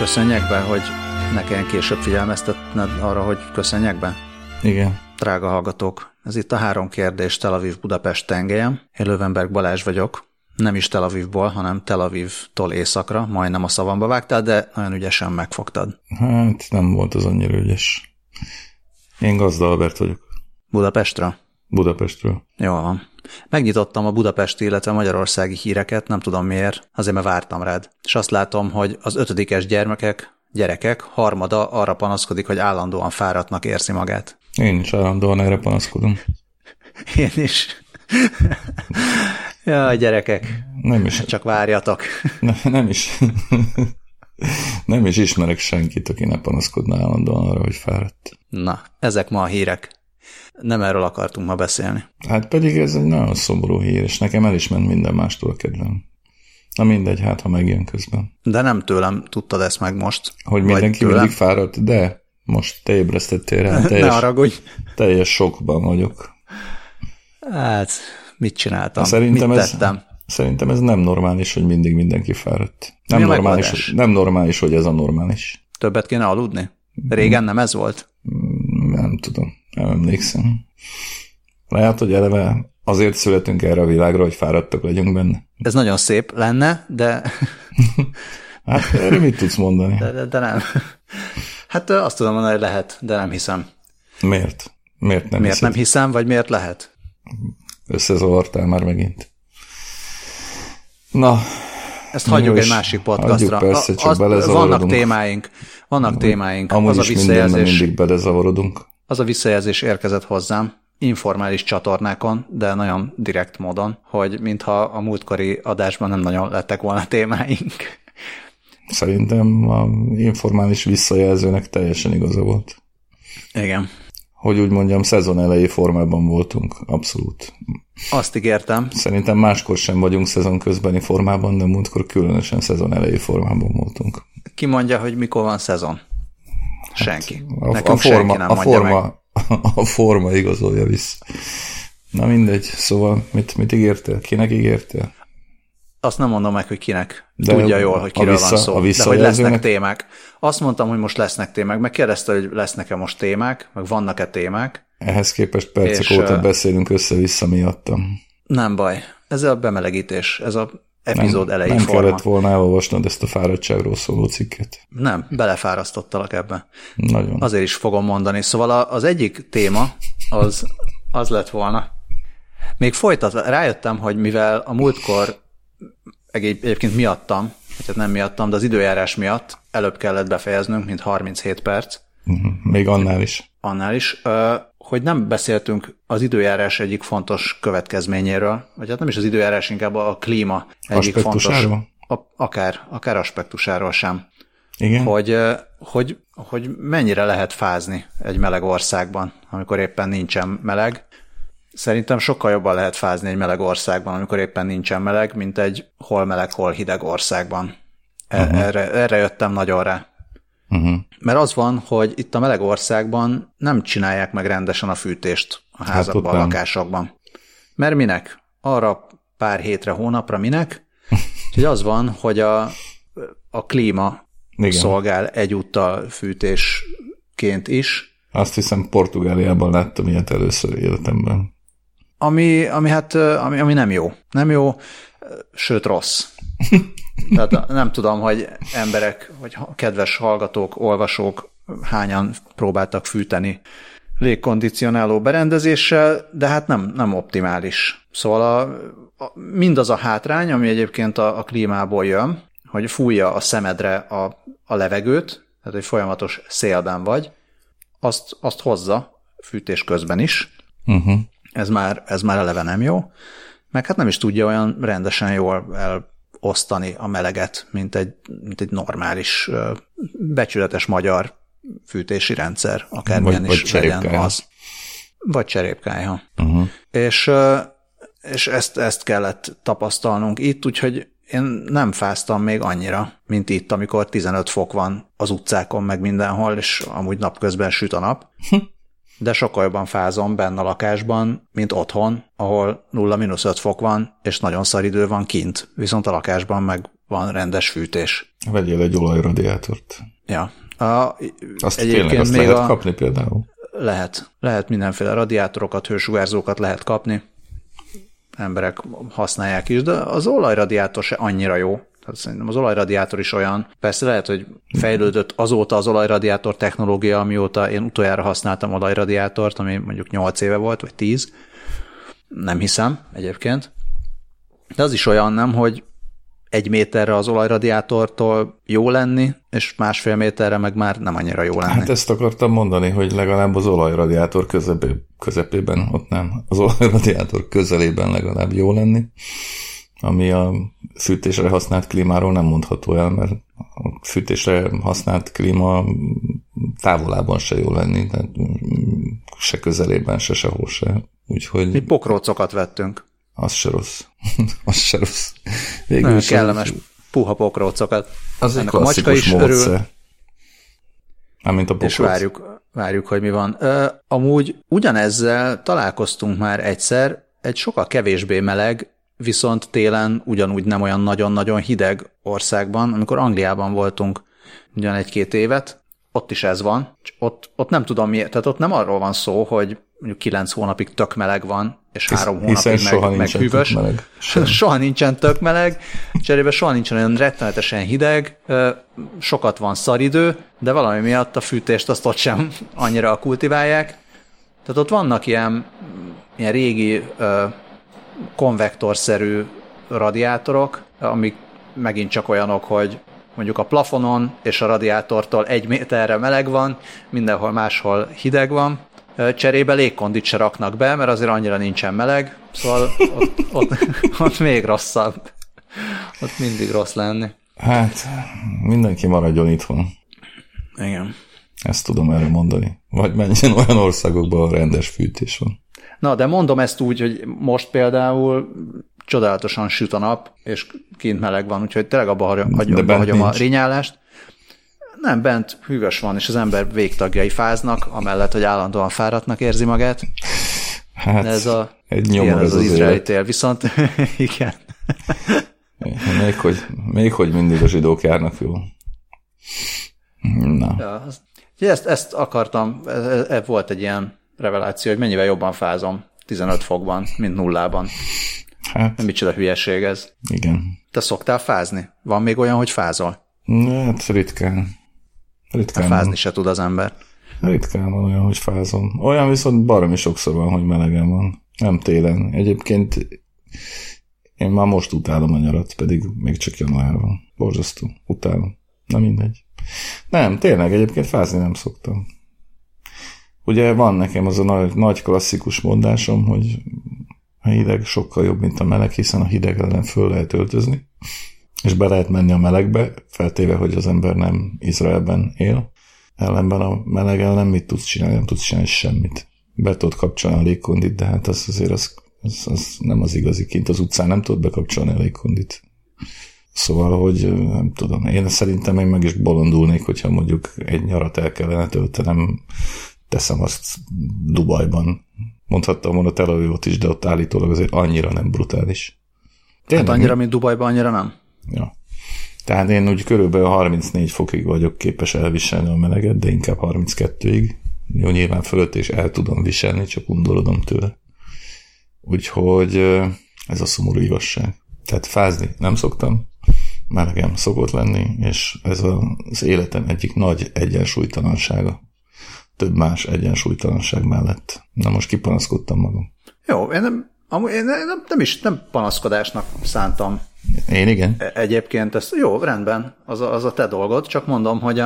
Köszönjek be, hogy ne kelljen később figyelmeztetned arra, hogy köszönjek be? Igen. Drága hallgatók, ez itt a 3 kérdés Tel Aviv-Budapest tengelyen. Én Löwenberg Balázs vagyok. Nem is Tel Avivból, hanem Tel Avivtól északra. Majdnem a szavamba vágtál, de nagyon ügyesen megfogtad. Hát nem volt az annyira ügyes. Én Gazda Albert vagyok. Budapestről? Budapestről. Jól van. Megnyitottam a budapesti, illetve magyarországi híreket, nem tudom miért, azért mert vártam rád. És azt látom, hogy az 5-es gyerekek harmada arra panaszkodik, hogy állandóan fáradtnak érzi magát. Én is állandóan erre panaszkodom. Én is. Jaj, gyerekek. Nem is. Csak várjatok. Nem is. Nem is ismerek senkit, aki ne panaszkodna állandóan arra, hogy fáradt. Na, ezek ma a hírek. Nem erről akartunk ma beszélni. Hát pedig ez egy nagyon szomorú hír, és nekem el is ment minden mástól kedvem. Na mindegy, hát ha megjön közben. De nem tőlem tudtad ezt meg most. Hogy mindenki mindig fáradt, de most te ébresztettél rá. Ne haragudj. Teljes sokban vagyok. Hát, mit csináltam? Szerintem mit tettem? Szerintem ez nem normális, hogy mindig mindenki fáradt. Nem normális, hogy ez a normális. Többet kéne aludni? Régen nem ez volt? Nem tudom, nem emlékszem. Lehet, hogy eleve azért születünk erre a világra, hogy fáradtak legyünk benne. Ez nagyon szép lenne, de... Hát erre mit tudsz mondani? De nem. Hát azt tudom mondani, hogy lehet, de nem hiszem. Miért? Miért nem hiszem, vagy miért lehet? Összezavartál már megint. Na... Ezt hagyjuk egy másik podcastra. Persze, csak belezavarodunk. Vannak témáink. Amúgy is mindenben mindig belezavarodunk. Az a visszajelzés érkezett hozzám, informális csatornákon, de nagyon direkt módon, hogy mintha a múltkori adásban nem nagyon lettek volna témáink. Szerintem a informális visszajelzőnek teljesen igaza volt. Igen. Hogy úgy mondjam, szezon elejé formában voltunk, abszolút. Azt ígértem. Szerintem máskor sem vagyunk szezon közbeni formában, de múltkor különösen szezon elejé formában voltunk. Ki mondja, hogy mikor van szezon? Senki. Nekünk senki nem mondja meg. A forma igazolja vissza. Na mindegy, szóval mit ígértél? Kinek ígértél? Azt nem mondom meg, hogy kinek. Tudja jól, hogy kiről van szó. De hogy lesznek témák. Azt mondtam, hogy most lesznek témák. Megkérdezte, hogy lesznek-e most témák, meg vannak-e témák. Ehhez képest percek óta beszélünk össze-vissza miattam. Nem baj. Ez a bemelegítés. Ez az epizód elejé forma. Nem kellett volna elolvasnod ezt a fáradtságról szóló cikket. Nem, belefárasztottalak ebbe. Nagyon. Azért is fogom mondani. Szóval az egyik téma az lett volna. Még folytatva, rájöttem, hogy mivel a múltkor egyébként miattam, tehát nem miattam, de az időjárás miatt előbb kellett befejeznünk, mint 37 perc. Még annál is. Annál is, hogy nem beszéltünk az időjárás egyik fontos következményéről, vagy hát nem is az időjárás, inkább a klíma egyik fontos. Akár aspektusáról sem. Igen. Hogy mennyire lehet fázni egy meleg országban, amikor éppen nincsen meleg. Szerintem sokkal jobban lehet fázni egy meleg országban, amikor éppen nincsen meleg, mint egy hol meleg, hol hideg országban. Erre jöttem nagyon rá. Mert az van, hogy itt a meleg országban nem csinálják meg rendesen a fűtést a házakban, a lakásokban. Mert minek? Arra pár hétre, hónapra minek? Úgyhogy az van, hogy a klíma szolgál egyúttal fűtésként is. Azt hiszem Portugáliában láttam ilyet először életemben. Ami nem jó. Nem jó, sőt rossz. Tehát nem tudom, hogy emberek, vagy kedves hallgatók, olvasók hányan próbáltak fűteni légkondicionáló berendezéssel, de hát nem optimális. Szóval mindaz a hátrány, ami egyébként a klímából jön, hogy fújja a szemedre a levegőt, tehát hogy folyamatos szélben vagy, azt hozza fűtés közben is. Ez már eleve nem jó. Meg hát nem is tudja olyan rendesen jól elosztani a meleget, mint egy normális, becsületes magyar fűtési rendszer, akármilyen is legyen az. Vagy cserépkályha. És ezt kellett tapasztalnunk itt, úgyhogy én nem fáztam még annyira, mint itt, amikor 15 fok van az utcákon, meg mindenhol, és amúgy napközben süt a nap. De sokkal jobban fázom benne a lakásban, mint otthon, ahol 0-5 fok van, és nagyon szar idő van kint. Viszont a lakásban meg van rendes fűtés. Vegyél egy olajradiátort. Ja. Azt tényleg azt lehet kapni például? Lehet mindenféle radiátorokat, hősugárzókat lehet kapni. Emberek használják is, de az olajradiátor se annyira jó. Tehát szerintem az olajradiátor is olyan. Persze lehet, hogy fejlődött azóta az olajradiátor technológia, amióta én utoljára használtam olajradiátort, ami mondjuk 8 éve volt, vagy 10. Nem hiszem egyébként. De az is olyan, nem, hogy 1 méterre az olajradiátortól jó lenni, és 1,5 méterre meg már nem annyira jó lenni. Hát ezt akartam mondani, hogy legalább az olajradiátor közepében, ott nem, az olajradiátor közelében legalább jó lenni, ami a fűtésre használt klímáról nem mondható el, mert a fűtésre használt klíma távolában se jó lenni, tehát se közelében, se sehol se. Úgyhogy... Mi pokrócokat vettünk. Az se rossz. Az se rossz. Nagyon kellemes puha pokrócokat. Az egy klasszikus módszer. Mármint a pokróc. És várjuk, hogy mi van. Amúgy ugyanezzel találkoztunk már egyszer, egy sokkal kevésbé meleg, viszont télen ugyanúgy nem olyan nagyon-nagyon hideg országban, amikor Angliában voltunk ugyan 1-2 évet, ott is ez van. Ott nem tudom miért, tehát ott nem arról van szó, hogy mondjuk 9 hónapig tök meleg van, és 3 hónapig meg hűvös. Soha nincsen tök meleg, cserébe soha nincsen olyan rettenetesen hideg, sokat van szaridő, de valami miatt a fűtést azt ott sem annyira kultiválják. Tehát ott vannak ilyen régi konvektorszerű radiátorok, amik megint csak olyanok, hogy mondjuk a plafonon és a radiátortól 1 méterre meleg van, mindenhol máshol hideg van, cserébe légkondit se raknak be, mert azért annyira nincsen meleg, szóval ott még rosszabb. Ott mindig rossz lenni. Hát, mindenki maradjon itthon. Igen. Ezt tudom erre mondani. Vagy menjen olyan országokba, ahol rendes fűtés van. Na, de mondom ezt úgy, hogy most például csodálatosan süt a nap, és kint meleg van, úgyhogy tényleg abba hagyom a rinyálást. Nem, bent hűvös van, és az ember végtagjai fáznak, amellett, hogy állandóan fáradtnak érzi magát. Hát, de ez egy nyomor ez az izraeli tél, viszont igen. Még hogy mindig a zsidók járnak jól. Na. Ja, ezt akartam, volt egy ilyen reveláció, hogy mennyivel jobban fázom 15 fokban, mint 0-ban. Hát. Micsoda hülyeség ez. Igen. Te szoktál fázni? Van még olyan, hogy fázol? Hát ritkán. Fázni se tud az ember. Ritkán van olyan, hogy fázom. Olyan viszont baromi sokszor van, hogy melegen van. Nem télen. Egyébként én már most utálom a nyarat, pedig még csak január van. Borzasztó. Utálom. Na mindegy. Nem, tényleg egyébként fázni nem szoktam. Ugye van nekem az a nagy klasszikus mondásom, hogy a hideg sokkal jobb, mint a meleg, hiszen a hideg ellen föl lehet öltözni, és be lehet menni a melegbe, feltéve, hogy az ember nem Izraelben él. Ellenben a meleg ellen mit tudsz csinálni? Nem tudsz csinálni semmit. Be tudod kapcsolni a légkondit, de hát az azért az nem az igazi. Kint az utcán nem tudod bekapcsolni a légkondit. Szóval, hogy nem tudom, én szerintem én meg is bolondulnék, hogyha mondjuk egy nyarat el kellene töltenem, teszem azt Dubajban. Mondhattam volna Tel Avivot is, de ott állítólag azért annyira nem brutális. Hát annyira, mint Dubajban, annyira nem. Ja. Tehát én úgy körülbelül 34 fokig vagyok képes elviselni a meleget, de inkább 32-ig. Jó, nyilván fölött is el tudom viselni, csak undorodom tőle. Úgyhogy ez a szomorú igazság. Tehát fázni nem szoktam, melegem szokott lenni, és ez az életem egyik nagy egyensúlytalansága. Több más egyensúlytalanság mellett. Na most kipanaszkodtam magam. Jó, én nem panaszkodásnak szántam. Én igen. Egyébként ezt jó, rendben, az a te dolgod, csak mondom, hogy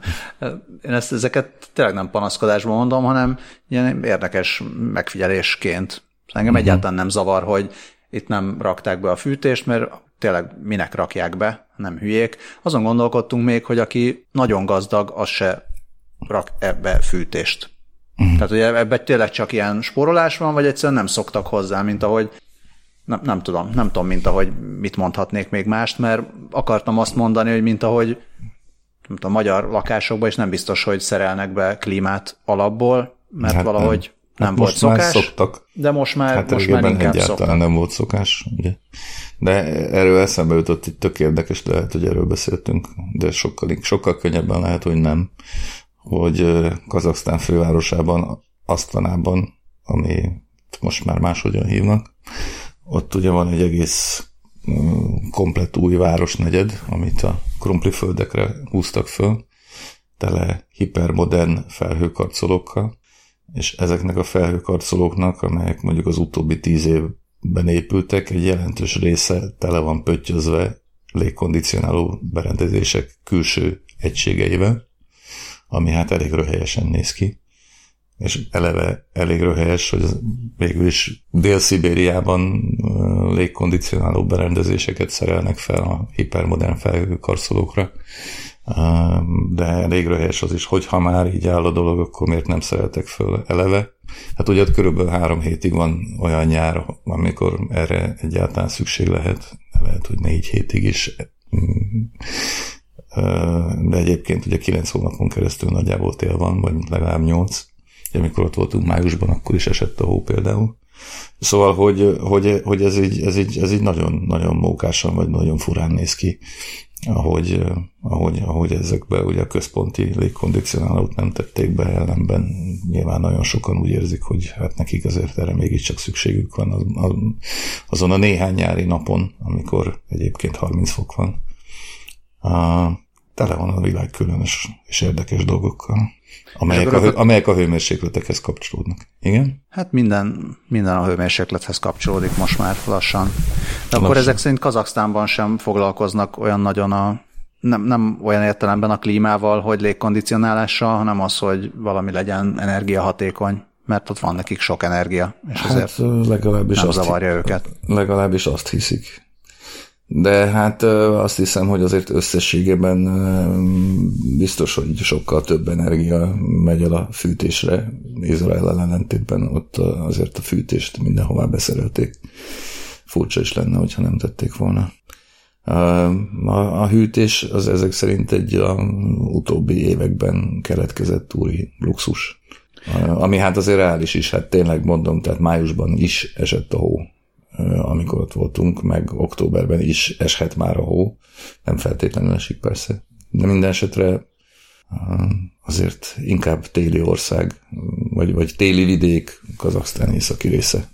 én ezeket tényleg nem panaszkodásban mondom, hanem ilyen érdekes megfigyelésként. Engem egyáltalán nem zavar, hogy itt nem rakták be a fűtést, mert tényleg minek rakják be, nem hülyék. Azon gondolkodtunk még, hogy aki nagyon gazdag, az se rak ebbe fűtést. Tehát ugye ebben tényleg csak ilyen spórolás van, vagy egyszerűen nem szoktak hozzá, mint ahogy nem tudom, mint ahogy mit mondhatnék még mást, mert akartam azt mondani, hogy mint ahogy a magyar lakásokban is nem biztos, hogy szerelnek be klímát alapból, mert hát valahogy nem volt szokás. Már szoktak. De most már inkább egyáltalán szoktak. Nem volt szokás, ugye. De erről eszembe jutott itt tök érdekes, de lehet, hogy erről beszéltünk, de sokkal könnyebben lehet, hogy nem, hogy Kazaksztán fővárosában, Asztanában, ami most már máshogyan hívnak, ott ugye van egy egész komplett új városnegyed, amit a krumpliföldekre húztak föl, tele hipermodern felhőkarcolókkal, és ezeknek a felhőkarcolóknak, amelyek mondjuk az utóbbi 10 évben épültek, egy jelentős része tele van pöttyözve légkondicionáló berendezések külső egységeivel, ami hát elég röhelyesen néz ki. És eleve elég röhelyes, hogy végül is Dél-Szibériában légkondicionáló berendezéseket szerelnek fel a hipermodern felhőkarcolókra, de elég röhelyes az is, hogy ha már így áll a dolog, akkor miért nem szereltek föl eleve. Hát ugye körülbelül 3 hétig van olyan nyár, amikor erre egyáltalán szükség lehet hogy 4 hétig is, de egyébként ugye 9 hónapon keresztül nagyjából tél van, vagy legalább 8. Amikor ott voltunk májusban, akkor is esett a hó például. Szóval, hogy ez így nagyon mókásan, vagy nagyon furán néz ki, ahogy ezekbe ugye a központi légkondicionálót nem tették be, ellenben nyilván nagyon sokan úgy érzik, hogy hát nekik azért erre mégiscsak szükségük van azon a néhány nyári napon, amikor egyébként 30 fok van. Tele van a világ különös és érdekes dolgokkal, amelyek a hőmérsékletekhez kapcsolódnak. Igen? Hát minden a hőmérséklethez kapcsolódik most már lassan. De akkor ezek szerint Kazaksztánban sem foglalkoznak olyan nagyon nem olyan értelemben a klímával, hogy légkondicionálással, hanem az, hogy valami legyen energiahatékony, mert ott van nekik sok energia, és ezért legalábbis nem zavarja őket. Legalábbis azt hiszik. De hát azt hiszem, hogy azért összességében biztos, hogy sokkal több energia megy el a fűtésre. Izrael ellentétben ott azért a fűtést mindenhová beszerelték. Furcsa is lenne, hogyha nem tették volna. A hűtés az ezek szerint egy utóbbi években keletkezett új luxus. Ami hát azért reális is, hát tényleg mondom, tehát májusban is esett a hó, amikor ott voltunk, meg októberben is eshet már a hó. Nem feltétlenül esik persze. De minden esetre azért inkább téli ország, vagy téli vidék Kazaksztán északi része.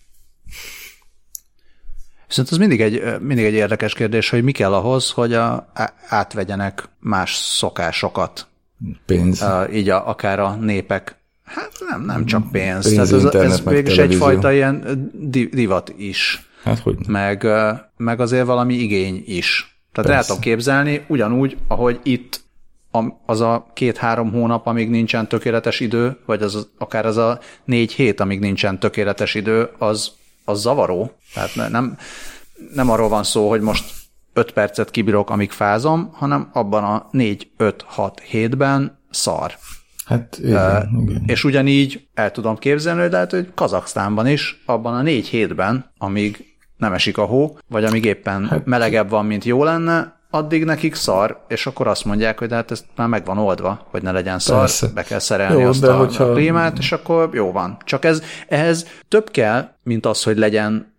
Viszont ez mindig egy érdekes kérdés, hogy mi kell ahhoz, hogy átvegyenek más szokásokat. Pénz. Így akár a népek. Hát nem csak pénz. Pénz, tehát internet, ez végülis egyfajta ilyen divat is. Hát hogy? Meg azért valami igény is. Tehát el tudom képzelni, ugyanúgy, ahogy itt az a 2-3 hónap, amíg nincsen tökéletes idő, vagy akár az a 4 hét, amíg nincsen tökéletes idő, az zavaró. Tehát nem arról van szó, hogy most 5 percet kibírok, amíg fázom, hanem abban a 4-5-6 hétben szar. Hát igen. És ugyanígy el tudom képzelni, de hát, hogy Kazaksztánban is, abban a 4 hétben, amíg nem esik a hó, vagy amíg éppen melegebb van, mint jó lenne, addig nekik szar, és akkor azt mondják, hogy de hát ez már meg van oldva, hogy ne legyen szar, persze. Be kell szerelni azt a klímát, és akkor jó van. Csak ehhez több kell, mint az, hogy legyen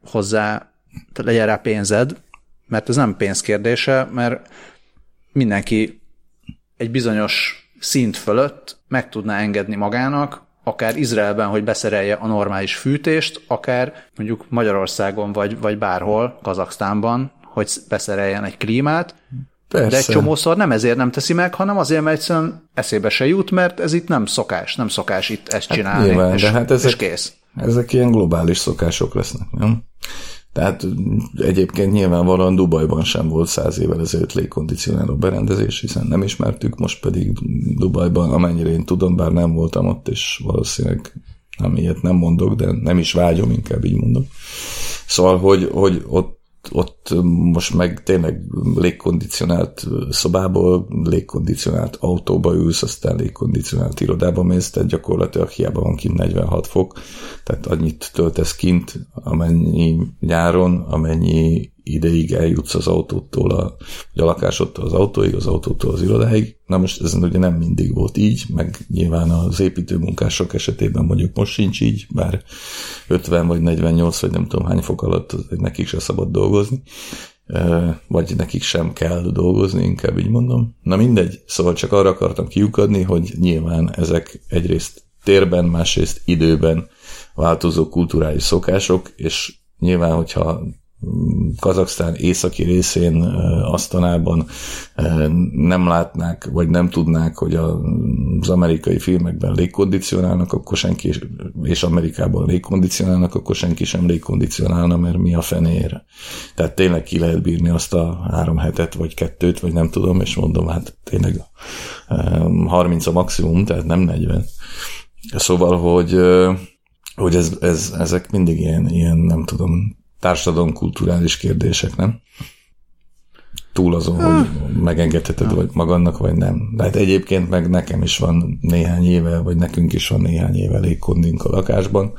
rá pénzed, mert ez nem pénzkérdése, mert mindenki egy bizonyos szint fölött meg tudná engedni magának, akár Izraelben, hogy beszerelje a normális fűtést, akár mondjuk Magyarországon, vagy bárhol, Kazaksztánban, hogy beszereljen egy klímát, persze. De egy csomószor nem ezért nem teszi meg, hanem azért, mert egyszerűen eszébe se jut, mert ez itt nem szokás itt ezt csinálni, nyilván, és kész. Ezek ilyen globális szokások lesznek, nem? Tehát egyébként nyilvánvalóan Dubajban sem volt 100 évvel ezelőtt légkondicionáló berendezés, hiszen nem ismertük, most pedig Dubajban, amennyire én tudom, bár nem voltam ott, és valószínűleg ilyet nem mondok, de nem is vágyom, inkább így mondok. Szóval, hogy ott most meg tényleg légkondicionált szobából, légkondicionált autóba ülsz, aztán légkondicionált irodába mész, tehát gyakorlatilag hiába van kint 46 fok, tehát annyit töltesz kint, amennyi nyáron, amennyi ideig eljutsz az autótól, vagy a lakásodtól az autóig, az autótól az irodáig. Na most ez ugye nem mindig volt így, meg nyilván az építőmunkások esetében mondjuk most sincs így, bár 50 vagy 48 vagy nem tudom hány fok alatt nekik se szabad dolgozni, vagy nekik sem kell dolgozni, inkább így mondom. Na mindegy, szóval csak arra akartam kiukadni, hogy nyilván ezek egyrészt térben, másrészt időben változó kulturális szokások, és nyilván, hogyha Kazaksztán északi részén, Asztanában nem látnák, vagy nem tudnák, hogy az amerikai filmekben légkondicionálnak, akkor senki, és Amerikában légkondicionálnak, akkor senki sem légkondicionálna, mert mi a fenéért. Tehát tényleg ki lehet bírni azt a 3 hetet, vagy 2, vagy nem tudom, és mondom, hát tényleg 30 a maximum, tehát nem 40. Szóval, hogy ezek mindig ilyen, nem tudom, társadalom-kulturális kérdések, nem? Túl azon, hogy megengedheted vagy magadnak, vagy nem. De hát egyébként meg nekem is van néhány éve, vagy nekünk is van néhány éve légkondink a lakásban,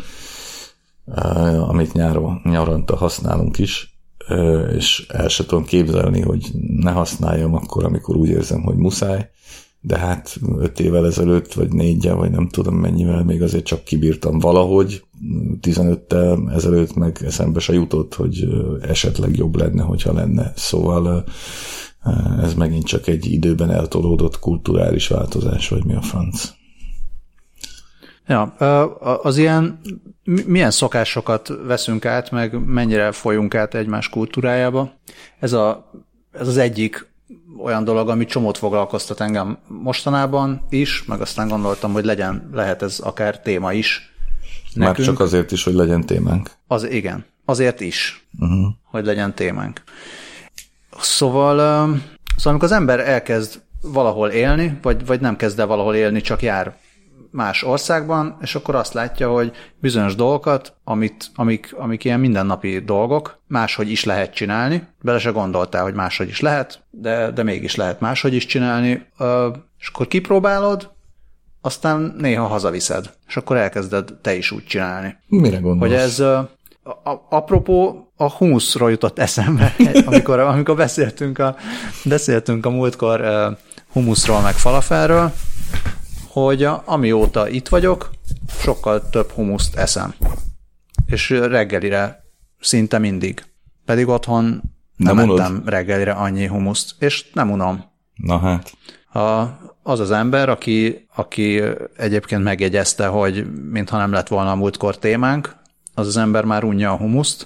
amit nyaranta használunk is, és el se tudom képzelni, hogy ne használjam akkor, amikor úgy érzem, hogy muszáj, de hát 5 évvel ezelőtt, vagy 4-jel, vagy nem tudom mennyivel, még azért csak kibírtam valahogy, 15-tel ezelőtt meg eszembe se jutott, hogy esetleg jobb lenne, hogyha lenne. Szóval ez megint csak egy időben eltolódott kulturális változás, vagy mi a franc. Ja, az ilyen milyen szokásokat veszünk át, meg mennyire folyunk át egymás kultúrájába. Ez az egyik olyan dolog, ami csomót foglalkoztat engem mostanában is, meg aztán gondoltam, hogy lehet ez akár téma is nekünk. Már csak azért is, hogy legyen témánk. Igen, azért is, hogy legyen témánk. Szóval amikor az ember elkezd valahol élni, vagy nem kezd el valahol élni, csak jár más országban, és akkor azt látja, hogy bizonyos dolgokat, amik ilyen mindennapi dolgok, máshogy is lehet csinálni. Bele se gondoltál, hogy máshogy is lehet, de mégis lehet máshogy is csinálni. És akkor kipróbálod, aztán néha hazaviszed, és akkor elkezded te is úgy csinálni. Mire gondolsz? Hogy ez apropó a humuszról jutott eszembe, amikor beszéltünk a múltkor humuszról meg falafelről, hogy amióta itt vagyok, sokkal több humuszt eszem. És reggelire szinte mindig. Pedig otthon nem ettem reggelire annyi humuszt, és nem unom. Na hát. Az az ember, aki egyébként megjegyezte, hogy mintha nem lett volna a múltkor témánk, az ember már unja a humuszt,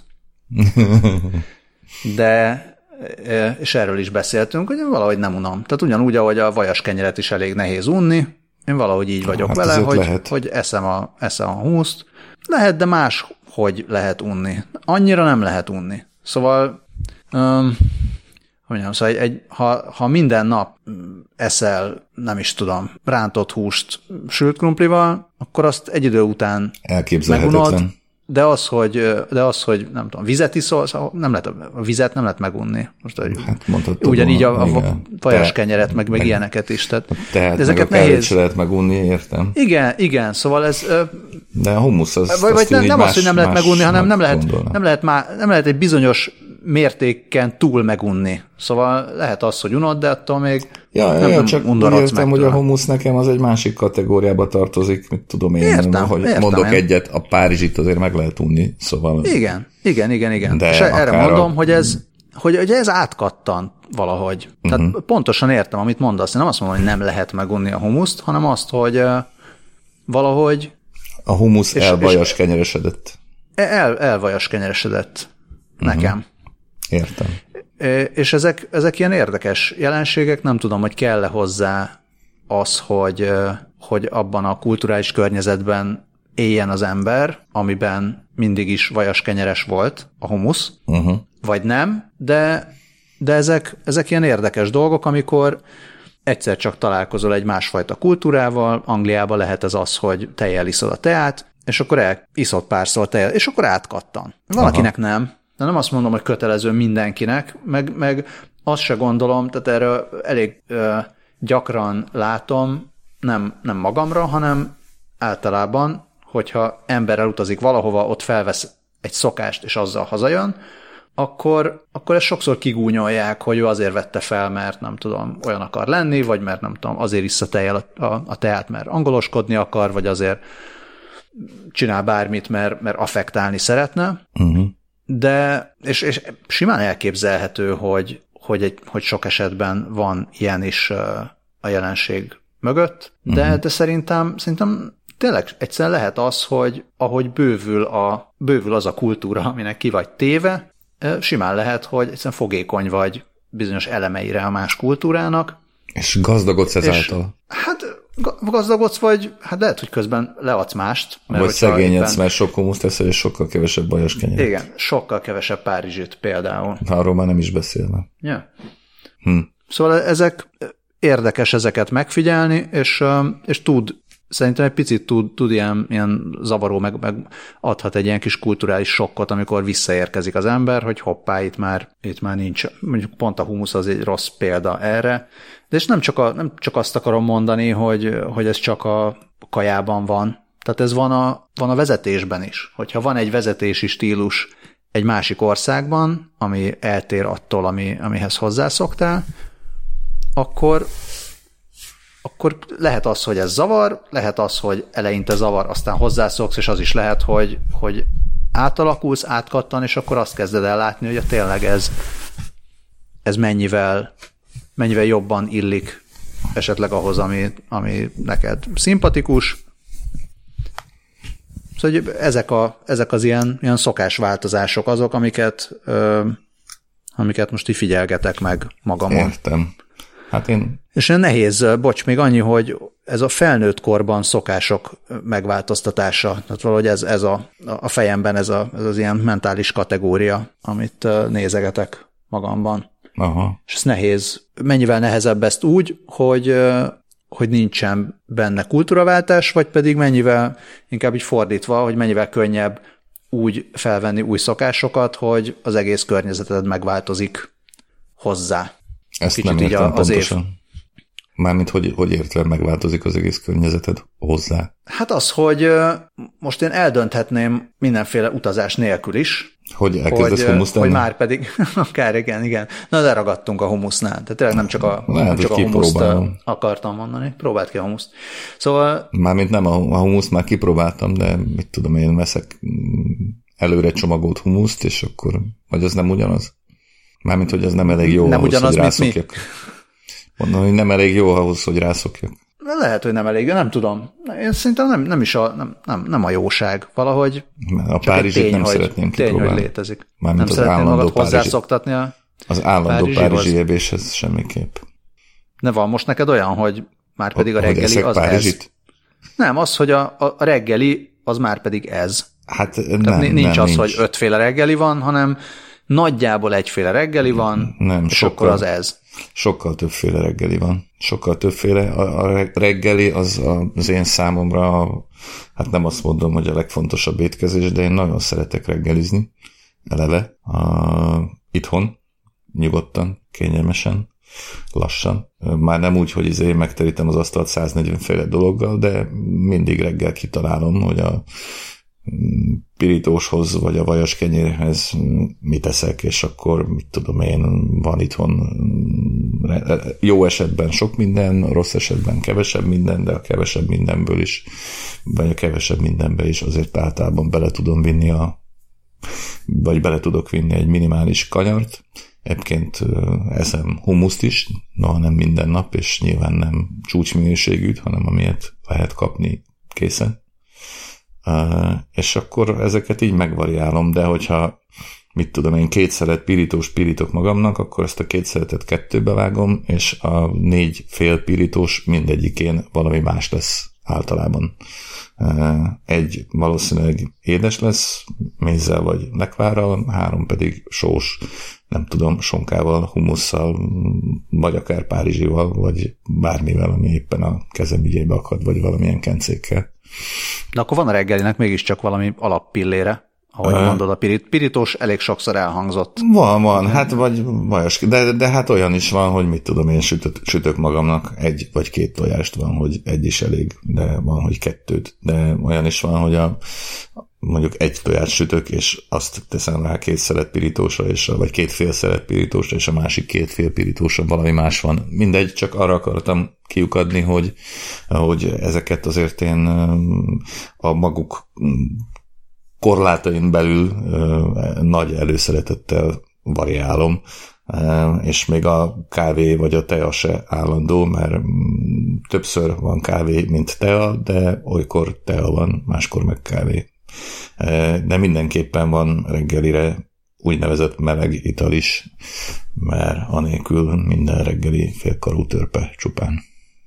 de és erről is beszéltünk, hogy valahogy nem unom. Tehát ugyanúgy, ahogy a vajas kenyeret is elég nehéz unni, én valahogy így vagyok vele, hogy eszem a humuszt. Lehet, de máshogy lehet unni. Annyira nem lehet unni. Szóval, ha minden nap eszel, nem is tudom, rántott húst sült krumplival, akkor azt egy idő után megunod, de az, hogy nem tudom, vizet iszol, szóval a vizet nem lehet megunni. Most, hát mondhatod, ugyanígy a vajas kenyeret, meg ilyeneket is. Tehát ezeket meg a nehéz. Se lehet megunni, értem. Igen, szóval ez... De a hummus az... Vagy nem az, hogy nem lehet megunni, hanem nem lehet egy bizonyos mértéken túl megunni. Szóval lehet az, hogy unod, de attól még nem csak úgy értem, hogy a hummus nekem az egy másik kategóriába tartozik, mit tudom én, értem, mondok egyet, a párizsit azért meg lehet unni, szóval... Igen. És erre mondom, hogy ez átkattan valahogy. Tehát pontosan értem, amit mondasz. Én nem azt mondom, hogy nem lehet megunni a humuszt, hanem azt, hogy valahogy... A humusz elvajas kenyeresedett. Elvajas kenyeresedett nekem. Értem. És ezek ilyen érdekes jelenségek, nem tudom, hogy kell-e hozzá az, hogy abban a kulturális környezetben éljen az ember, amiben mindig is vajas kenyeres volt a humusz, vagy nem, de ezek ilyen érdekes dolgok, amikor egyszer csak találkozol egy másfajta kultúrával, Angliában lehet ez az, hogy tejjel iszod a teát, és akkor iszod párszor tejjel, és akkor átkattan. Valakinek nem. De nem azt mondom, hogy kötelező mindenkinek, meg azt se gondolom, tehát erről elég gyakran látom, nem magamra, hanem általában, hogyha ember elutazik valahova, ott felvesz egy szokást, és azzal hazajön, akkor ezt sokszor kigúnyolják, hogy ő azért vette fel, mert nem tudom, olyan akar lenni, vagy mert nem tudom, azért issza tejjel a teát, mert angoloskodni akar, vagy azért csinál bármit, mert affektálni szeretne. De, és simán elképzelhető, hogy sok esetben van ilyen is a jelenség mögött, de szerintem tényleg egyszerűen lehet az, hogy ahogy bővül az a kultúra, aminek ki vagy téve, simán lehet, hogy egyszerűen fogékony vagy bizonyos elemeire a más kultúrának. És gazdagodsz ezáltal. Hát gazdagodsz, vagy hát lehet, hogy közben leadsz mást. Vagy szegényedsz, mert sok humuszt teszel, és sokkal kevesebb bajos kenyeret. Igen, sokkal kevesebb párizsit például. Arról már nem is beszélve. Ja. Szóval érdekes ezeket megfigyelni, és szerintem egy picit tud ilyen zavaró, meg adhat egy ilyen kis kulturális sokkot, amikor visszaérkezik az ember, hogy hoppá, itt már nincs, mondjuk pont a humusz az egy rossz példa erre, de és nem csak azt akarom mondani, hogy ez csak a kajában van, tehát ez van a vezetésben is. Hogyha van egy vezetési stílus egy másik országban, ami eltér attól, amihez hozzászoktál, akkor lehet az, hogy ez zavar, lehet az, hogy eleinte zavar, aztán hozzászoksz, és az is lehet, hogy átalakulsz, átkattan, és akkor azt kezded el látni, hogy tényleg ez mennyivel jobban illik esetleg ahhoz, ami neked szimpatikus. Szóval hogy ezek az ilyen szokásváltozások azok, amiket most így figyelgetek meg magamon. Értem. Hát És nehéz, bocs, még annyi, hogy ez a felnőtt korban szokások megváltoztatása, tehát valahogy ez a fejemben ez az ilyen mentális kategória, amit nézegetek magamban. Aha. És ez nehéz. Mennyivel nehezebb ezt úgy, hogy nincsen benne kultúraváltás, vagy pedig mennyivel inkább így fordítva, hogy mennyivel könnyebb úgy felvenni új szokásokat, hogy az egész környezeted megváltozik hozzá. Ezt kicsit nem értem pontosan. Mármint, hogy értve megváltozik az egész környezeted hozzá? Hát az, hogy most én eldönthetném mindenféle utazás nélkül is, hogy elkezdesz humuszt tenni? Hogy már pedig, akár igen. Na, de ragadtunk a humusznál. Tehát tényleg nem csak a humuszt akartam mondani. Próbáld ki a humuszt. Szóval... Mármint nem a humuszt már kipróbáltam, de mit tudom, én veszek előre csomagolt humuszt, és akkor, vagy az nem ugyanaz? Mármint, hogy az nem elég jó nem ahhoz, ugyanaz, hogy rászokjak. Mondom, hogy nem elég jó ahhoz, hogy rászokjak. Lehet, hogy nem elég, de nem tudom. Én szerintem nem a jóság. Valahogy a párizsit nem szeretném kipróbálni. Tény, hogy létezik. Mármint nem szeretném magad hozzászoktatni az állandó párizsi evéshez semmiképp. Ne van most neked olyan, hogy már pedig a reggeli az párizsit? Ez. Nem, az, hogy a reggeli az már pedig ez. Hát nincs az, hogy 5 féle reggeli van, hanem nagyjából egyféle reggeli van, és akkor az ez. Sokkal többféle reggeli van. Sokkal többféle. A reggeli az én számomra, hát nem azt mondom, hogy a legfontosabb étkezés, de én nagyon szeretek reggelizni. Eleve. Itthon. Nyugodtan, kényelmesen, lassan. Már nem úgy, hogy megterítem az asztalt 140 féle dologgal, de mindig reggel kitalálom, hogy a pirítóshoz, vagy a vajas kenyérhez mit eszek, és akkor, mit tudom én, van itthon jó esetben sok minden, rossz esetben kevesebb minden, de a kevesebb mindenből is, vagy a kevesebb mindenbe is azért általában bele tudok vinni egy minimális kanyart. Egyébként eszem humuszt is, noha nem minden nap, és nyilván nem csúcsminőségűt, hanem amilyet lehet kapni készen. És akkor ezeket így megvariálom, de hogyha mit tudom én, 2 szelet pirítós pirítok magamnak, akkor ezt a 2 szeletet 2-be vágom, és a 4 fél pirítós mindegyikén valami más lesz általában. Egy valószínűleg édes lesz, mézzel vagy lekvárral, 3 pedig sós, nem tudom, sonkával, humusszal, vagy akár párizsival, vagy bármivel, ami éppen a kezem ügyébe akad, vagy valamilyen kencékkel. De akkor van a reggelinek mégiscsak valami alappillére, ahogy mondod, a pirítós elég sokszor elhangzott. Van, hát vagy vajas, de hát olyan is van, hogy mit tudom, én sütök magamnak 1 vagy 2 tojást, van, hogy 1 is elég, de van, hogy 2, de olyan is van, hogy mondjuk egy tojást sütök, és azt teszem rá 2 szelet pirítósra, vagy 2 fél szelet pirítósra, és a másik 2 fél pirítósra valami más van. Mindegy, csak arra akartam kiukadni, hogy ezeket azért én a maguk korlátain belül nagy előszeretettel variálom, és még a kávé vagy a tea se állandó, mert többször van kávé, mint tea, de olykor tea van, máskor meg kávé. De mindenképpen van reggelire úgynevezett meleg ital is, mert anélkül minden reggeli félkarú törpe csupán.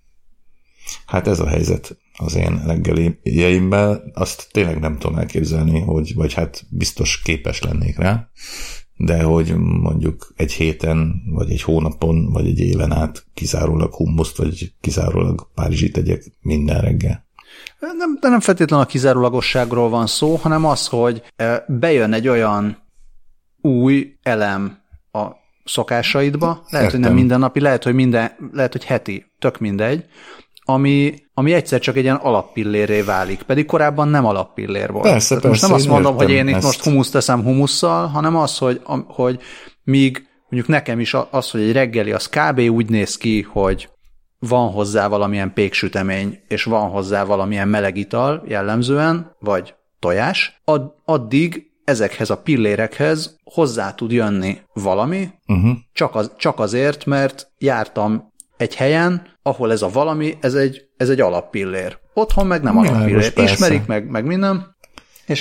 Hát ez a helyzet az én reggelijeimben. Azt tényleg nem tudom elképzelni, vagy hát biztos képes lennék rá, de hogy mondjuk egy héten, vagy egy hónapon, vagy egy éven át kizárólag hummuszt, vagy kizárólag párizsit tegyek minden reggel. Nem feltétlenül a kizárólagosságról van szó, hanem az, hogy bejön egy olyan új elem a szokásaidba, lehet, hogy nem mindennapi, lehet, hogy heti, tök mindegy, ami egyszer csak egy ilyen alappillérré válik, pedig korábban nem alappillér volt. Persze, most nem azt mondom, hogy én ezt. Itt most humuszt teszem humusszal, hanem az, hogy míg mondjuk nekem is az, hogy egy reggeli az kb. Úgy néz ki, hogy van hozzá valamilyen péksütemény, és van hozzá valamilyen meleg ital jellemzően, vagy tojás, addig ezekhez a pillérekhez hozzá tud jönni valami, csak azért, mert jártam egy helyen, ahol ez a valami, ez egy alappillér. Otthon meg nem alappillér. Ismerik meg minden. És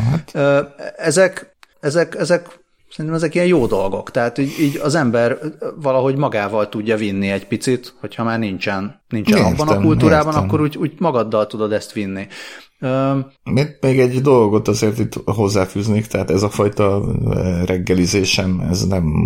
ezek szerintem ezek ilyen jó dolgok. Tehát így az ember valahogy magával tudja vinni egy picit, hogyha már nincsen abban a kultúrában, akkor úgy magaddal tudod ezt vinni. Még egy dolgot azért itt hozzáfűznék, tehát ez a fajta reggelizésem, ez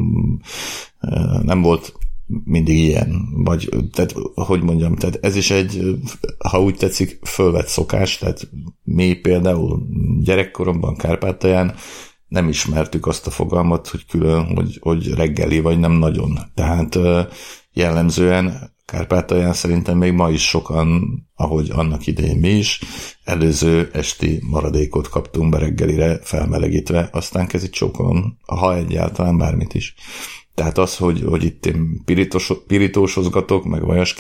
nem volt mindig ilyen, vagy, tehát, hogy mondjam, tehát ez is egy, ha úgy tetszik, fölvett szokás, tehát mi például gyerekkoromban Kárpátalján nem ismertük azt a fogalmat, hogy külön, hogy reggeli, vagy nem nagyon. Tehát jellemzően Kárpátalján szerintem még ma is sokan, ahogy annak idején mi is, előző esti maradékot kaptunk be reggelire felmelegítve, aztán kezdik csókolom, ha egyáltalán bármit is. Tehát az, hogy itt én pirítósozgatok, meg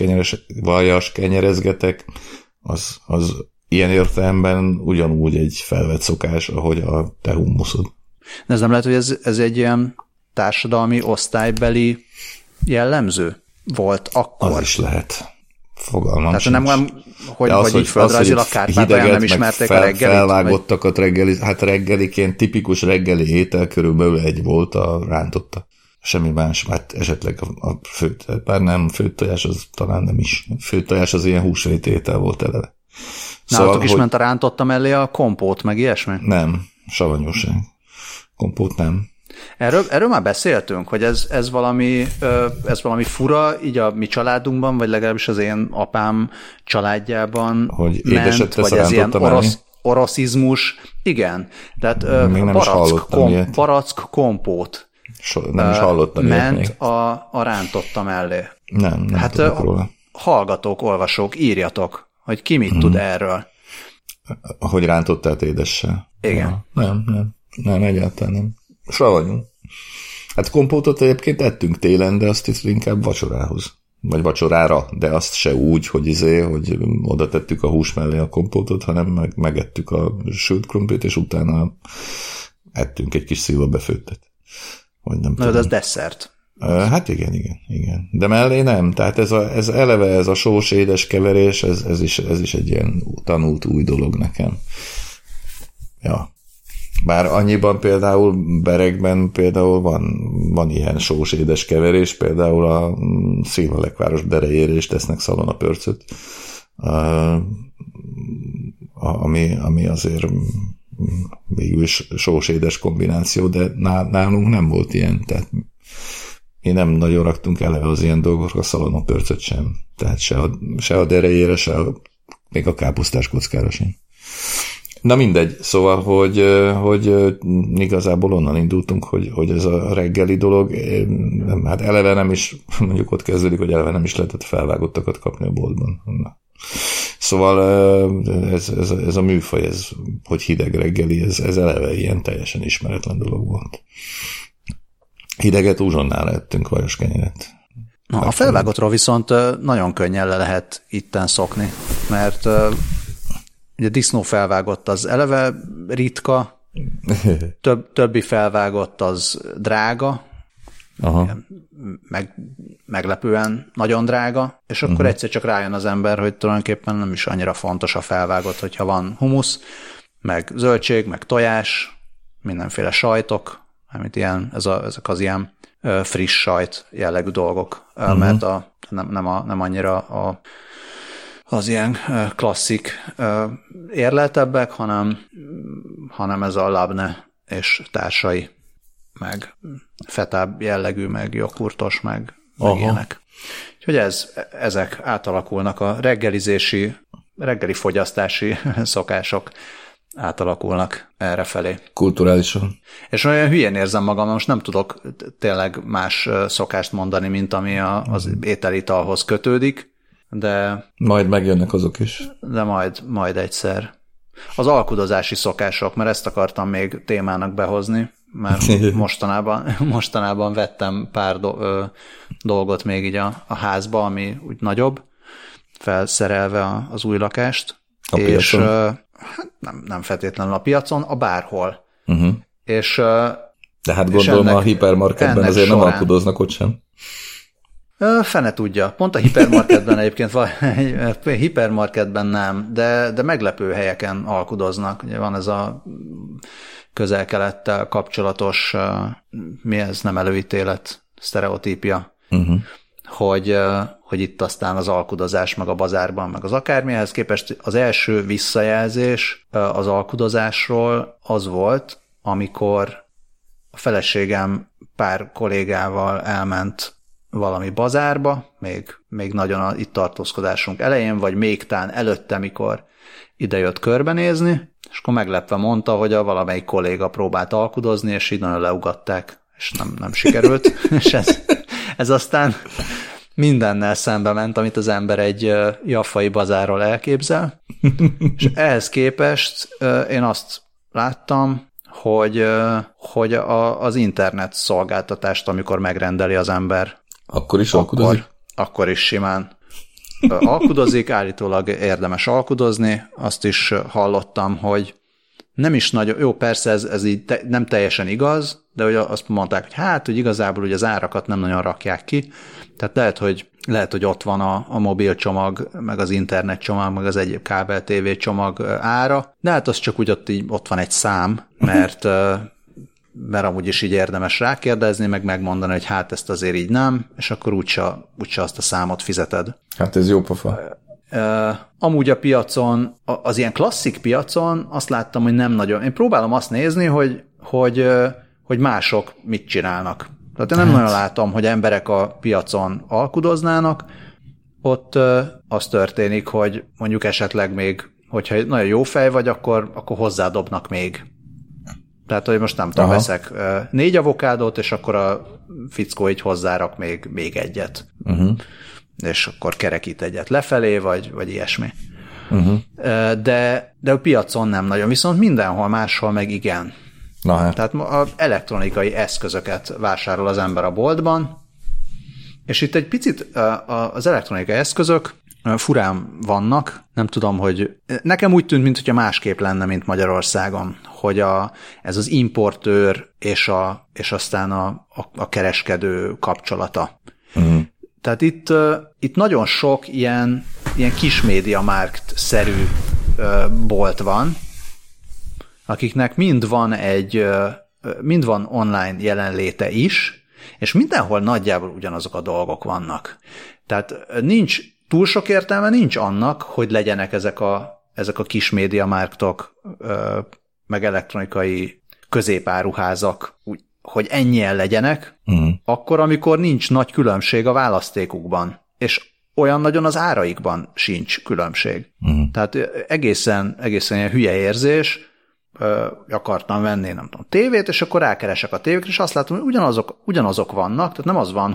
vajaskenyerezgetek, az ilyen értelemben ugyanúgy egy felvett szokás, ahogy a te hummuszod. De ez nem lehet, hogy ez egy ilyen társadalmi osztálybeli jellemző volt akkor? Az is lehet. Fogalmam tehát sincs. nem, hogy így földrajzilag Kárpátalján nem ismerték a reggelit? Felvágottakat hát reggeliként, tipikus reggeli étel körülbelül egy volt a rántotta. Semmi más, hát esetleg a főt, bár nem, főtojás az talán nem is. Főtojás az ilyen húsvét étel volt eleve. Nálatok is ment a rántotta mellé a kompót, meg ilyesmi? Nem, savanyúság. Kompót nem. Erről már beszéltünk, hogy ez valami fura, így a mi családunkban, vagy legalábbis az én apám családjában hogy ment, vagy ez ilyen oroszizmus. Igen, tehát barack kompót nem is hallottam ment a rántotta mellé. Nem tudok róla. Hallgatók, olvasók, írjatok, hogy ki mit tud erről. Hogy rántottát édessel? Igen. Nem, egyáltalán nem. Savanyú. Hát kompótot egyébként ettünk télen, de azt inkább vacsorához. Vagy vacsorára, de azt se úgy, hogy oda tettük a hús mellé a kompótot, hanem megettük a sült krumplit, és utána ettünk egy kis szilva befőttet. Vagy nem tudom. De ez desszert. Hát igen. De mellé nem. Tehát ez eleve ez a sós-édes keverés, ez is egy ilyen tanult új dolog nekem. Ja. Bár annyiban például Beregben például van ilyen sós-édes keverés, például a Szilvalekváros derejére is tesznek szalonapörcöt, ami azért végül is sós-édes kombináció, de nálunk nem volt ilyen, tehát mi nem nagyon raktunk eleve az ilyen dolgokra, a szalonapörcöt sem, tehát se a derejére, még a káposztás kockára sem. Na mindegy, szóval, hogy igazából onnan indultunk, hogy ez a reggeli dolog, hát eleve nem is, mondjuk ott kezdődik, hogy eleve nem is lehetett felvágottakat kapni a boltban. Na. Szóval ez a műfaj, ez, hogy hideg reggeli, ez eleve ilyen teljesen ismeretlen dolog volt. Hideget uzsonnál ettünk, vajos kenyeret. A felvágottról viszont nagyon könnyen le lehet itten szokni, mert ugye disznó felvágott az eleve ritka, többi felvágott az drága, meglepően nagyon drága, és akkor egyszer csak rájön az ember, hogy tulajdonképpen nem is annyira fontos a felvágott, hogyha van humusz, meg zöldség, meg tojás, mindenféle sajtok, amit ilyen, ezek az ilyen friss sajt jellegű dolgok, mert nem annyira az ilyen klasszik érleltebbek, hanem ez a labne és társai, meg fetább jellegű, meg joghurtos, meg ilyenek. Úgyhogy ezek átalakulnak a reggeli fogyasztási szokások átalakulnak errefelé. Kulturálisan. És olyan hülyén érzem magam, most nem tudok tényleg más szokást mondani, mint ami az ételitalhoz kötődik, de... Majd megjönnek azok is. De majd egyszer. Az alkudozási szokások, mert ezt akartam még témának behozni, mert mostanában vettem pár dolgot még így a házba, ami úgy nagyobb, felszerelve az új lakást. A és piacon? Nem feltétlenül a piacon, a bárhol. És, de hát gondolom a hipermarketben azért nem alkudoznak ott sem. Fene tudja. Pont a hipermarketben egyébként hipermarketben nem, de meglepő helyeken alkudoznak. Ugye van ez a Közel-Kelettel kapcsolatos, mi ez, nem előítélet, sztereotípia, hogy itt aztán az alkudozás meg a bazárban, meg az akármihez képest az első visszajelzés az alkudozásról az volt, amikor a feleségem pár kollégával elment valami bazárba, még nagyon itt tartózkodásunk elején, vagy még tán előtte, mikor idejött körbenézni, és akkor meglepve mondta, hogy a valamelyik kolléga próbált alkudozni, és így nagyon leugatták, és nem sikerült. És ez aztán mindennel szembe ment, amit az ember egy jaffai bazárról elképzel. És ehhez képest én azt láttam, hogy az internet szolgáltatást, amikor megrendeli az ember, akkor is alkudozik? Akkor is simán alkudozik, állítólag érdemes alkudozni. Azt is hallottam, hogy nem is nagyon, jó, persze ez így nem teljesen igaz, de hogy azt mondták, hogy hogy igazából ugye az árakat nem nagyon rakják ki, tehát lehet, hogy ott van a mobil csomag, meg az internet csomag, meg az egyéb kábel TV csomag ára, de hát az csak úgy ott van egy szám, mert amúgy is így érdemes rákérdezni, meg megmondani, hogy ezt azért így nem, és akkor úgyse azt a számot fizeted. Hát ez jó pofa. Amúgy a piacon, az ilyen klasszik piacon azt láttam, hogy nem nagyon. Én próbálom azt nézni, hogy mások mit csinálnak. Tehát én nem nagyon látom, hogy emberek a piacon alkudoznának. Ott az történik, hogy mondjuk esetleg még, hogyha nagyon jó fej vagy, akkor hozzádobnak még. Tehát, hogy most nem tudom, veszek 4 avokádót, és akkor a fickó így hozzárak még egyet. És akkor kerekít egyet lefelé, vagy ilyesmi. De a piacon nem nagyon, viszont mindenhol máshol meg igen. Na hát. Tehát az elektronikai eszközöket vásárol az ember a boltban, és itt egy picit az elektronikai eszközök furán vannak, nem tudom, hogy nekem úgy tűnt, mintha másképp lenne, mint Magyarországon, hogy ez az importőr és aztán a kereskedő kapcsolata. Tehát itt nagyon sok ilyen kis MediaMarkt-szerű bolt van, akiknek mind van online jelenléte is, és mindenhol nagyjából ugyanazok a dolgok vannak. Tehát túl sok értelme nincs annak, hogy legyenek ezek a kis MediaMarktok, meg elektronikai középáruházak, hogy ennyien legyenek, akkor, amikor nincs nagy különbség a választékukban, és olyan nagyon az áraikban sincs különbség. Tehát egészen ilyen hülye érzés, akartam venni, nem tudom, tévét, és akkor rákeresek a tévékre, és azt látom, hogy ugyanazok vannak, tehát nem az van, hogy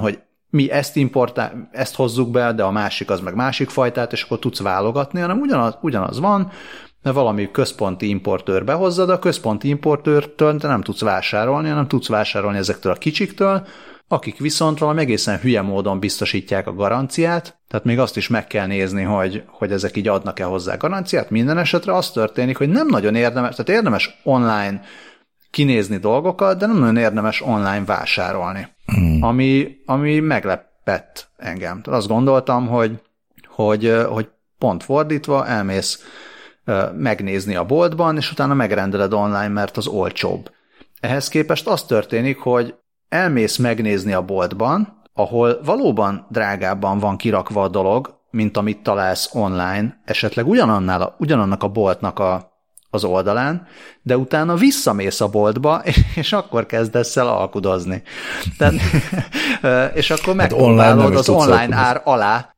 mi ezt hozzuk be, de a másik az meg másik fajtát, és akkor tudsz válogatni, hanem ugyanaz van, mert valami központi importőr behozza, de a központi importőrtől te nem tudsz vásárolni, hanem tudsz vásárolni ezektől a kicsiktől, akik viszont valami egészen hülye módon biztosítják a garanciát, tehát még azt is meg kell nézni, hogy ezek így adnak-e hozzá garanciát. Minden esetre az történik, hogy nem nagyon érdemes, tehát érdemes online kinézni dolgokat, de nem nagyon érdemes online vásárolni. Ami meglepett engem. Tehát azt gondoltam, hogy pont fordítva elmész megnézni a boltban, és utána megrendeled online, mert az olcsóbb. Ehhez képest az történik, hogy elmész megnézni a boltban, ahol valóban drágábban van kirakva a dolog, mint amit találsz online, esetleg ugyanannak a boltnak az oldalán, de utána visszamész a boltba, és akkor kezdesz el alkudozni. Tehát, és akkor megpróbálod az online ár alá.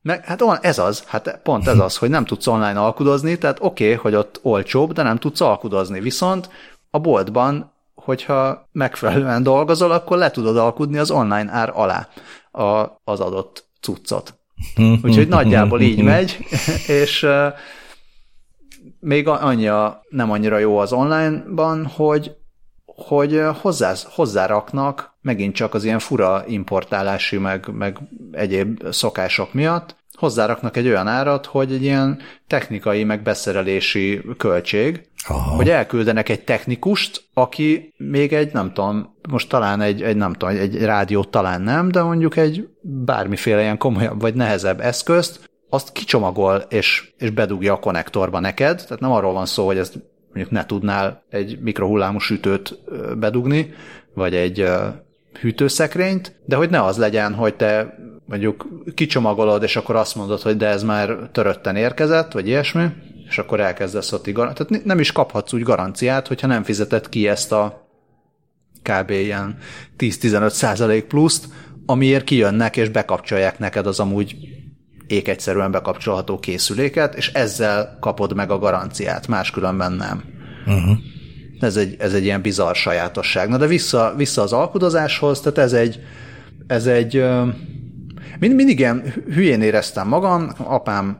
Pont ez az, hogy nem tudsz online alkudozni, tehát oké, hogy ott olcsóbb, de nem tudsz alkudozni. Viszont a boltban, hogyha megfelelően dolgozol, akkor le tudod alkudni az online ár alá az adott cuccot. Úgyhogy nagyjából így megy, és még nem annyira jó az online-ban, hogy hozzáraknak megint csak az ilyen fura importálási, meg egyéb szokások miatt, hozzáraknak egy olyan árat, hogy egy ilyen technikai, meg beszerelési költség, hogy elküldenek egy technikust, aki még egy, nem tudom, most talán egy rádiót talán nem, de mondjuk egy bármiféle ilyen komolyabb vagy nehezebb eszközt, azt kicsomagol és bedugja a konnektorba neked, tehát nem arról van szó, hogy ezt mondjuk ne tudnál egy mikrohullámú sütőt bedugni, vagy egy hűtőszekrényt, de hogy ne az legyen, hogy te mondjuk kicsomagolod, és akkor azt mondod, hogy de ez már törötten érkezett, vagy ilyesmi, és akkor elkezdesz ott tehát nem is kaphatsz úgy garanciát, hogyha nem fizeted ki ezt a kb. Ilyen 10-15% pluszt, amiért kijönnek és bekapcsolják neked az amúgy egyszerűen bekapcsolható készüléket, és ezzel kapod meg a garanciát, máskülönben nem. Uh-huh. Ez egy ilyen bizarr sajátosság. Na de vissza az alkudozáshoz, tehát ez egy mindig ilyen hülyén éreztem magam, apám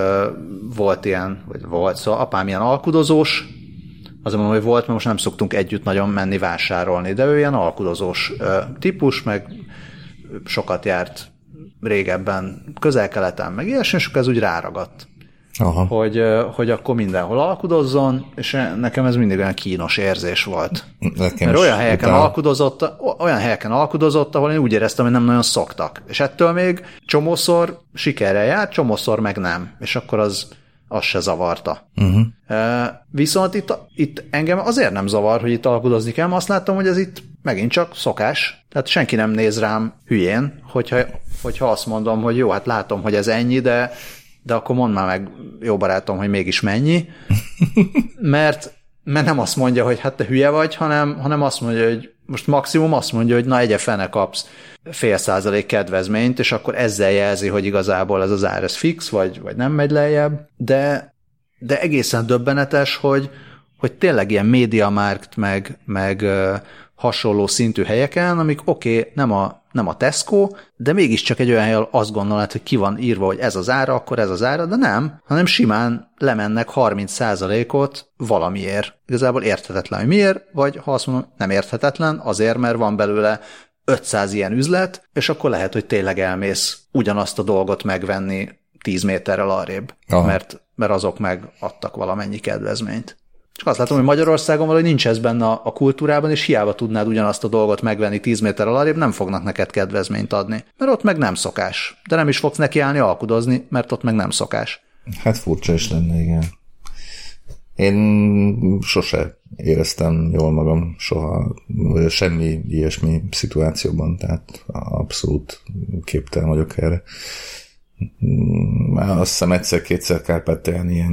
szóval apám ilyen alkudozós, az mondom, hogy volt, mert most nem szoktunk együtt nagyon menni vásárolni, de ő ilyen alkudozós típus, meg sokat járt régebben Közel-Keleten, meg ilyesmi, és ez úgy ráragadt. Hogy akkor mindenhol alkudozzon, és nekem ez mindig olyan kínos érzés volt. Mert olyan helyeken alkudozott, ahol én úgy éreztem, hogy nem nagyon szoktak. És ettől még csomószor sikerrel járt, csomószor meg nem. És akkor az se zavarta. Uh-huh. Viszont itt engem azért nem zavar, hogy itt alkudozni kell, azt láttam, hogy ez itt megint csak szokás. Tehát senki nem néz rám hülyén, hogyha azt mondom, hogy jó, hát látom, hogy ez ennyi, de akkor mondd már meg, jó barátom, hogy mégis mennyi. Mert nem azt mondja, hogy hát te hülye vagy, hanem azt mondja, hogy most maximum azt mondja, hogy na egye fene kapsz 0,5% kedvezményt, és akkor ezzel jelzi, hogy igazából ez az ár ez fix, vagy nem megy lejjebb. De egészen döbbenetes, hogy tényleg ilyen MediaMarkt, meg hasonló szintű helyeken, amik nem a Tesco, de mégiscsak egy olyan helyen azt gondolod, hogy ki van írva, hogy ez az ára, akkor ez az ára, de nem, hanem simán lemennek 30%-ot valamiért. Igazából érthetetlen, hogy miért, vagy ha azt mondom, nem érthetetlen, azért, mert van belőle 500 ilyen üzlet, és akkor lehet, hogy tényleg elmész ugyanazt a dolgot megvenni 10 méterrel arrébb, mert azok megadtak valamennyi kedvezményt. Csak azt látom, hogy Magyarországon valahogy nincs ez benne a kultúrában, és hiába tudnád ugyanazt a dolgot megvenni 10 méterrel arrébb, nem fognak neked kedvezményt adni. Mert ott meg nem szokás. De nem is fogsz nekiállni alkudozni, mert ott meg nem szokás. Hát furcsa is lenne, igen. Én sose éreztem jól magam, soha semmi ilyesmi szituációban, tehát abszolút képtelen vagyok erre. Azt hiszem egyszer-kétszer Kárpátalján ilyen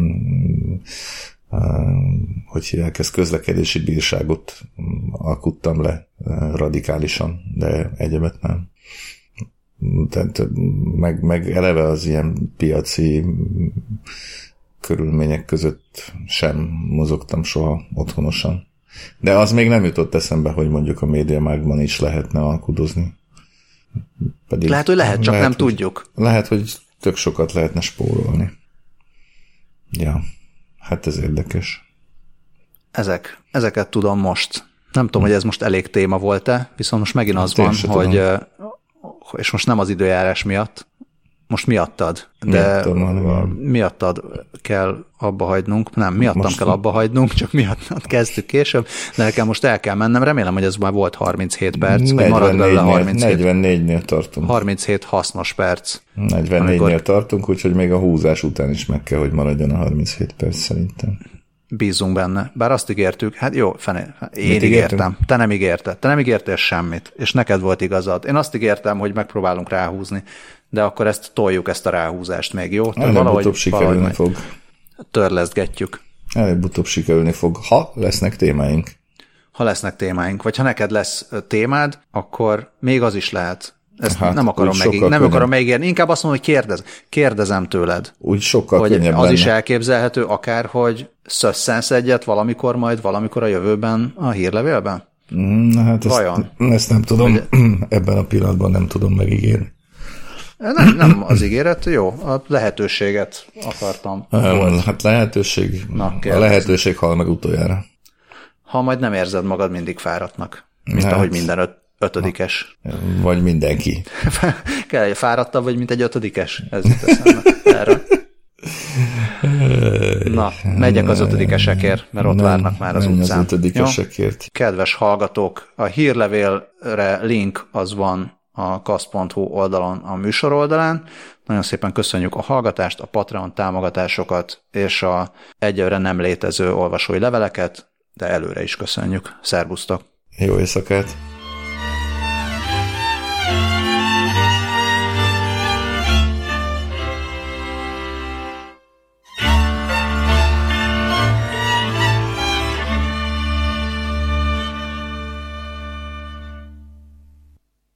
hogy hívják ezt, közlekedési bírságot alkuttam le radikálisan, de egyebet nem. Tehát meg eleve az ilyen piaci körülmények között sem mozogtam soha otthonosan. De az még nem jutott eszembe, hogy mondjuk a MediaMarktban is lehetne alkudozni. Pedig lehet, hogy lehet, csak nem tudjuk. Lehet, hogy tök sokat lehetne spórolni. Ja, hát ez érdekes. Ezeket tudom most. Nem tudom, hogy ez most elég téma volt-e, viszont most megint az van, hogy, és most nem az időjárás miatt, most miattad, de miattad kell abba hagynunk, nem, miattam most kell abba hagynunk, csak miattad kezdtük később, de nekem most el kell mennem, remélem, hogy ez már volt 37 perc, vagy marad belőle 37. 44-nél tartunk. 37 hasznos perc. 44-nél tartunk, úgyhogy még a húzás után is meg kell, hogy maradjon a 37 perc szerintem. Bízunk benne. Bár azt ígértük, hát jó, én ígértem. Te nem ígérted. Te nem ígértél semmit, és neked volt igazad. Én azt ígértem, hogy megpróbálunk ráhúzni, de akkor ezt toljuk, ezt a ráhúzást még, jó? Előbb-utóbb sikerülni fog. Törlesztgetjük. Előbb-utóbb sikerülni fog, ha lesznek témáink. Ha lesznek témáink, vagy ha neked lesz témád, akkor még az is lehet. Ezt hát, nem akarom megígérni. Inkább azt mondom, hogy kérdezem tőled. Úgy sokkal hogy könnyebb az lenne. is elképzelhető akár, hogy szösszensz egyet valamikor a jövőben a hírlevélben? Na hát ezt nem tudom, ebben a pillanatban nem tudom megígérni. Nem az ígéret, jó, a lehetőséget akartam. Hát lehetőség, a lehetőség hal meg utoljára. Ha majd nem érzed magad mindig fáradtnak, mint ahogy minden ötödikes. Vagy mindenki. Kell, fáradtabb vagy, mint egy ötödikes? Ez jut eszembe erre. Na, megyek az ötödikesekért, mert ott várnak már az utcán. Az ötödikesekért. Kedves hallgatók, a hírlevélre link az van a kasz.hu oldalon, a műsor oldalán. Nagyon szépen köszönjük a hallgatást, a Patreon támogatásokat és a egyelőre nem létező olvasói leveleket, de előre is köszönjük. Szervusztok! Jó éjszakát!